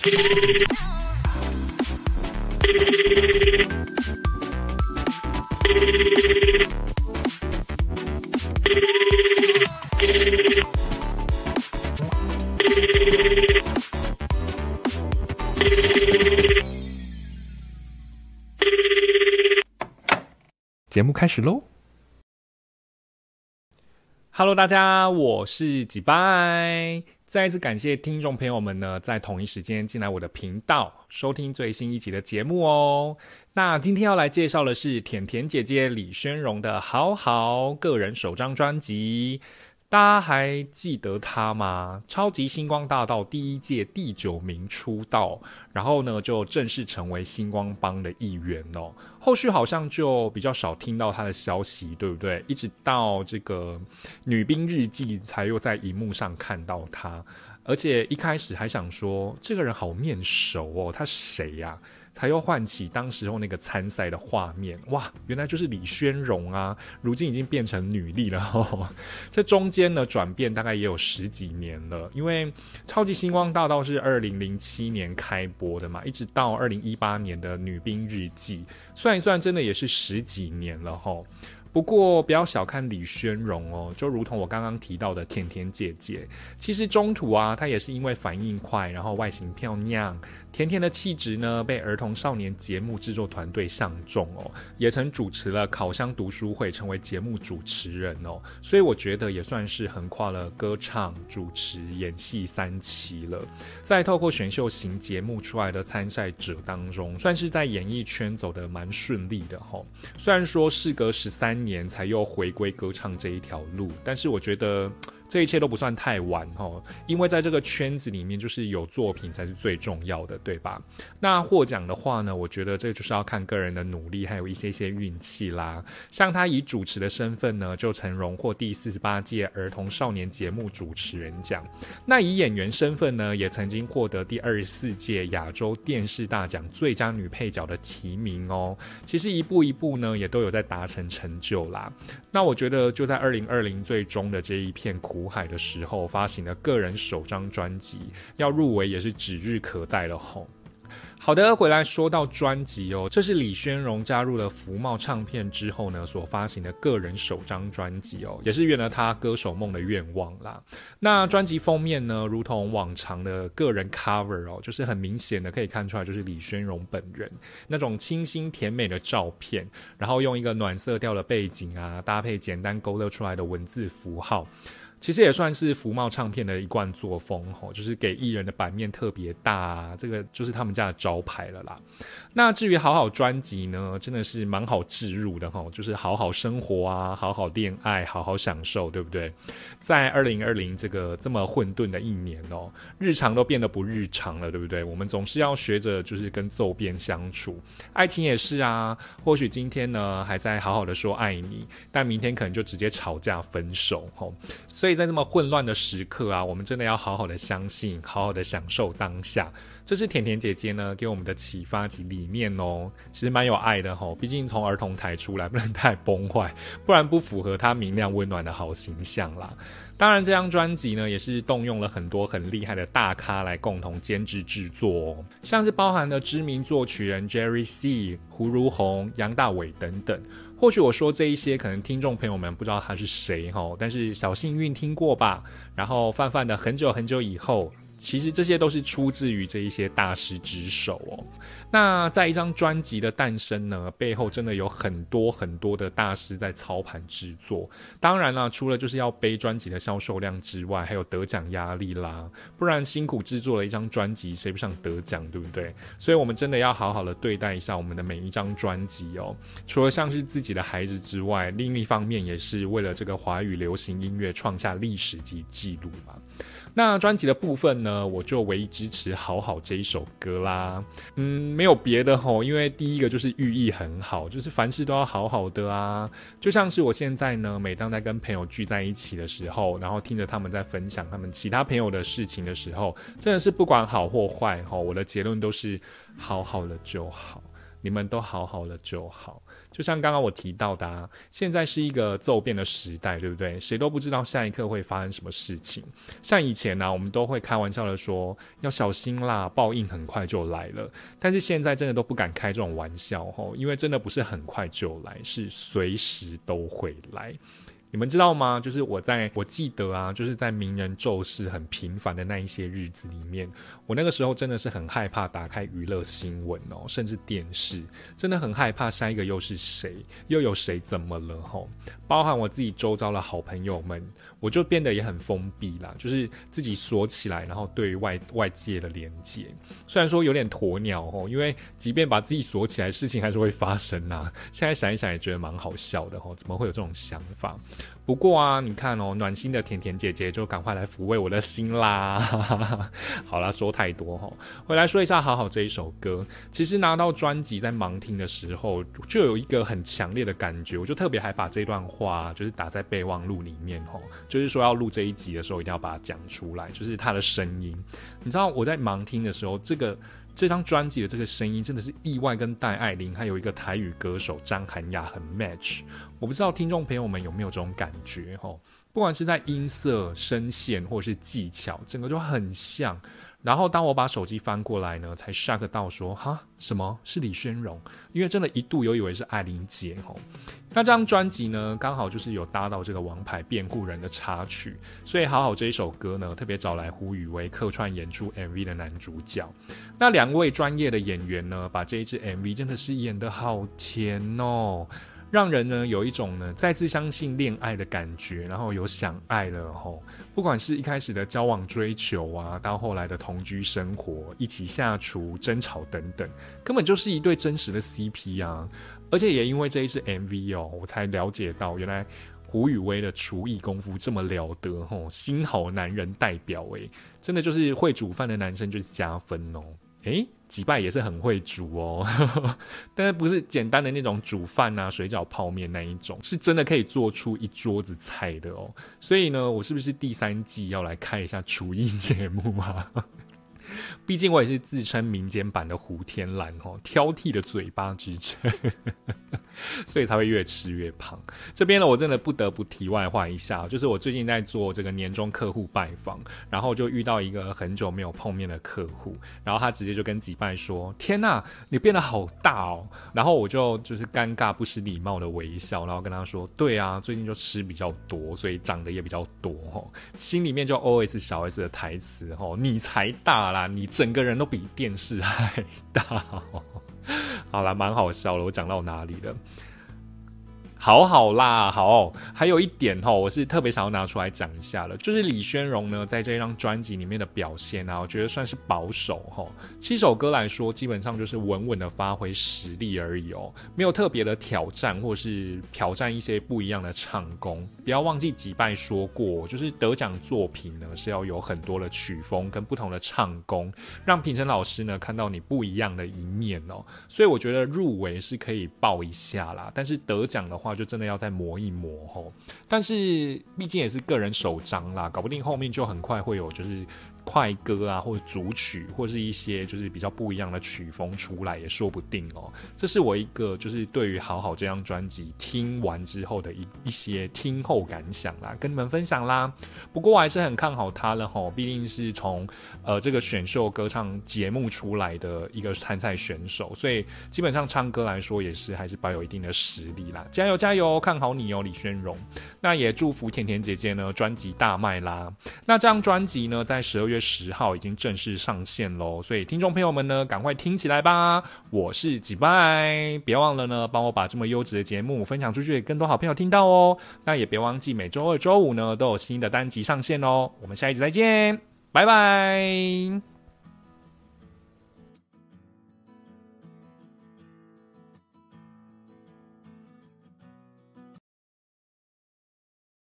节目开始咯。Hello， 大家，我是几拜。再一次感谢听众朋友们呢，在同一时间进来我的频道，收听最新一集的节目哦。那今天要来介绍的是甜甜姐姐李宣荣的好好个人首张专辑。大家还记得他吗？超级星光大道第一届第9名出道，然后呢就正式成为星光帮的一员哦。后续好像就比较少听到他的消息，对不对？一直到这个女兵日记才又在荧幕上看到他，而且一开始还想说这个人好面熟哦，他谁呀？才又唤起当时候那个参赛的画面，哇，原来就是李宣荣啊，如今已经变成女力了哦。这中间呢转变大概也有10几年了，因为超级星光大道是2007年开播的嘛，一直到2018年的女兵日记，算一算真的也是10几年了哦。不过不要小看李宣荣哦，就如同我刚刚提到的甜甜姐姐，其实中途啊，她也是因为反应快，然后外形漂亮，甜甜的气质呢，被儿童少年节目制作团队相中哦，也曾主持了考乡读书会，成为节目主持人哦，所以我觉得也算是横跨了歌唱、主持、演戏3期了。在透过选秀型节目出来的参赛者当中，算是在演艺圈走得蛮顺利的哦。虽然说事隔13年才又回归歌唱这一条路，但是我觉得这一切都不算太晚哦，因为在这个圈子里面，就是有作品才是最重要的，对吧？那获奖的话呢，我觉得这就是要看个人的努力，还有一些运气啦。像他以主持的身份呢，就曾荣获第48届儿童少年节目主持人奖。那以演员身份呢，也曾经获得第24届亚洲电视大奖最佳女配角的提名哦。其实一步一步呢，也都有在达成成就啦。那我觉得就在2020最终的这一片苦海的时候，发行了个人首张专辑，要入围也是指日可待了吼。好的，回来说到专辑哦，这是李宣荣加入了福茂唱片之后呢所发行的个人首张专辑哦，也是圆了他歌手梦的愿望啦。那专辑封面呢，如同往常的个人 cover 哦，就是很明显的可以看出来就是李宣荣本人那种清新甜美的照片，然后用一个暖色调的背景啊，搭配简单勾勒出来的文字符号。其实也算是福茂唱片的一贯作风就是给艺人的版面特别大啊，这个就是他们家的招牌了啦。那至于好好专辑呢，真的是蛮好置入的就是好好生活啊，好好恋爱，好好享受，对不对？在2020这个这么混沌的一年日常都变得不日常了，对不对？我们总是要学着就是跟骤变相处，爱情也是啊，或许今天呢还在好好的说爱你，但明天可能就直接吵架分手所以在这么混乱的时刻啊，我们真的要好好的相信，好好的享受当下。这是甜甜姐姐呢给我们的启发及理念哦，其实蛮有爱的毕竟从儿童台出来不能太崩坏，不然不符合她明亮温暖的好形象啦。当然这张专辑呢也是动用了很多很厉害的大咖来共同监制制作像是包含了知名作曲人 Jerry C、 胡如虹、杨大伟等等。或许我说这一些可能听众朋友们不知道他是谁但是小幸运听过吧。然后泛泛的很久很久以后，其实这些都是出自于这一些大师之手那在一张专辑的诞生呢，背后真的有很多很多的大师在操盘制作。当然啦，除了就是要背专辑的销售量之外，还有得奖压力啦，不然辛苦制作了一张专辑，谁不想得奖，对不对？所以我们真的要好好的对待一下我们的每一张专辑除了像是自己的孩子之外，另一方面也是为了这个华语流行音乐创下历史及纪录嘛。那专辑的部分呢，我就唯一支持好好这一首歌啦。没有别的因为第一个就是寓意很好，就是凡事都要好好的啊。就像是我现在呢，每当在跟朋友聚在一起的时候，然后听着他们在分享他们其他朋友的事情的时候，真的是不管好或坏我的结论都是好好的就好，你们都好好的就好。 就像刚刚我提到的现在是一个骤变的时代，对不对？谁都不知道下一刻会发生什么事情。像以前我们都会开玩笑的说要小心啦，报应很快就来了。但是现在真的都不敢开这种玩笑，因为真的不是很快就来，是随时都会来。你们知道吗？就是我记得就是在名人骤逝很频繁的那一些日子里面，我那个时候真的是很害怕打开娱乐新闻甚至电视，真的很害怕下一个又是谁，又有谁怎么了包含我自己周遭的好朋友们，我就变得也很封闭啦，就是自己锁起来，然后对于外界的连接，虽然说有点鸵鸟因为即便把自己锁起来，事情还是会发生现在想一想也觉得蛮好笑的怎么会有这种想法？不过你看暖心的甜甜姐姐就赶快来抚慰我的心啦。好啦，说太多回来说一下好好这一首歌。其实拿到专辑在盲听的时候，就有一个很强烈的感觉，我就特别还把这段话就是打在备忘录里面就是说要录这一集的时候一定要把它讲出来，就是他的声音。你知道我在盲听的时候，这张专辑的这个声音真的是意外跟戴爱玲还有一个台语歌手张涵雅很 match。 我不知道听众朋友们有没有这种感觉不管是在音色、声线或是技巧，整个就很像。然后当我把手机翻过来呢，才 shock 到说哈，什么是李宣荣？因为真的一度有以为是艾玲姐那这张专辑呢，刚好就是有搭到这个王牌辩护人的插曲，所以好好这一首歌呢，特别找来胡宇威客串演出 MV 的男主角。那两位专业的演员呢，把这一支 MV 真的是演得好甜让人呢有一种呢再次相信恋爱的感觉，然后有想爱了不管是一开始的交往追求到后来的同居生活，一起下厨争吵等等，根本就是一对真实的 CP 而且也因为这一支 MV 我才了解到原来胡宇威的厨艺功夫这么了得新好男人代表真的就是会煮饭的男生就是加分几拜也是很会煮但是不是简单的那种煮饭水饺泡面那一种，是真的可以做出一桌子菜的所以呢，我是不是第3季要来开一下厨艺节目毕竟我也是自称民间版的胡天蓝挑剔的嘴巴之称所以才会越吃越胖。这边呢，我真的不得不题外话一下，就是我最近在做这个年终客户拜访，然后就遇到一个很久没有碰面的客户，然后他直接就跟几拜说：“天哪，你变得好大然后我就是尴尬不失礼貌的微笑，然后跟他说：“对啊，最近就吃比较多，所以长得也比较多心里面就 OS 小 S 的台词你才大啦，你整个人都比电视还大好啦，蛮好笑了，我讲到哪里了？好啦，好，还有一点我是特别想要拿出来讲一下了，就是李宣荣呢在这张专辑里面的表现我觉得算是保守7首歌来说，基本上就是稳稳的发挥实力而已没有特别的挑战或是挑战一些不一样的唱功。不要忘记几拜说过，就是得奖作品呢是要有很多的曲风跟不同的唱功，让评审老师呢看到你不一样的一面所以我觉得入围是可以报一下啦，但是得奖的话就真的要再磨一磨但是毕竟也是个人首张啦，搞不定后面就很快会有就是快歌或者组曲或是一些就是比较不一样的曲风出来也说不定这是我一个就是对于好好这张专辑听完之后的一些听后感想啦，跟你们分享啦。不过我还是很看好他了毕竟是从这个选秀歌唱节目出来的一个参赛选手，所以基本上唱歌来说也是还是保有一定的实力啦。加油加油，看好你李宣荣。那也祝福甜甜姐姐呢专辑大卖啦。那这张专辑呢在12月10号已经正式上线咯，所以听众朋友们呢赶快听起来吧。我是几拜，别忘了呢帮我把这么优质的节目分享出去给更多好朋友听到那也别忘记每周2、周5呢都有新的单集上线我们下一集再见，拜拜。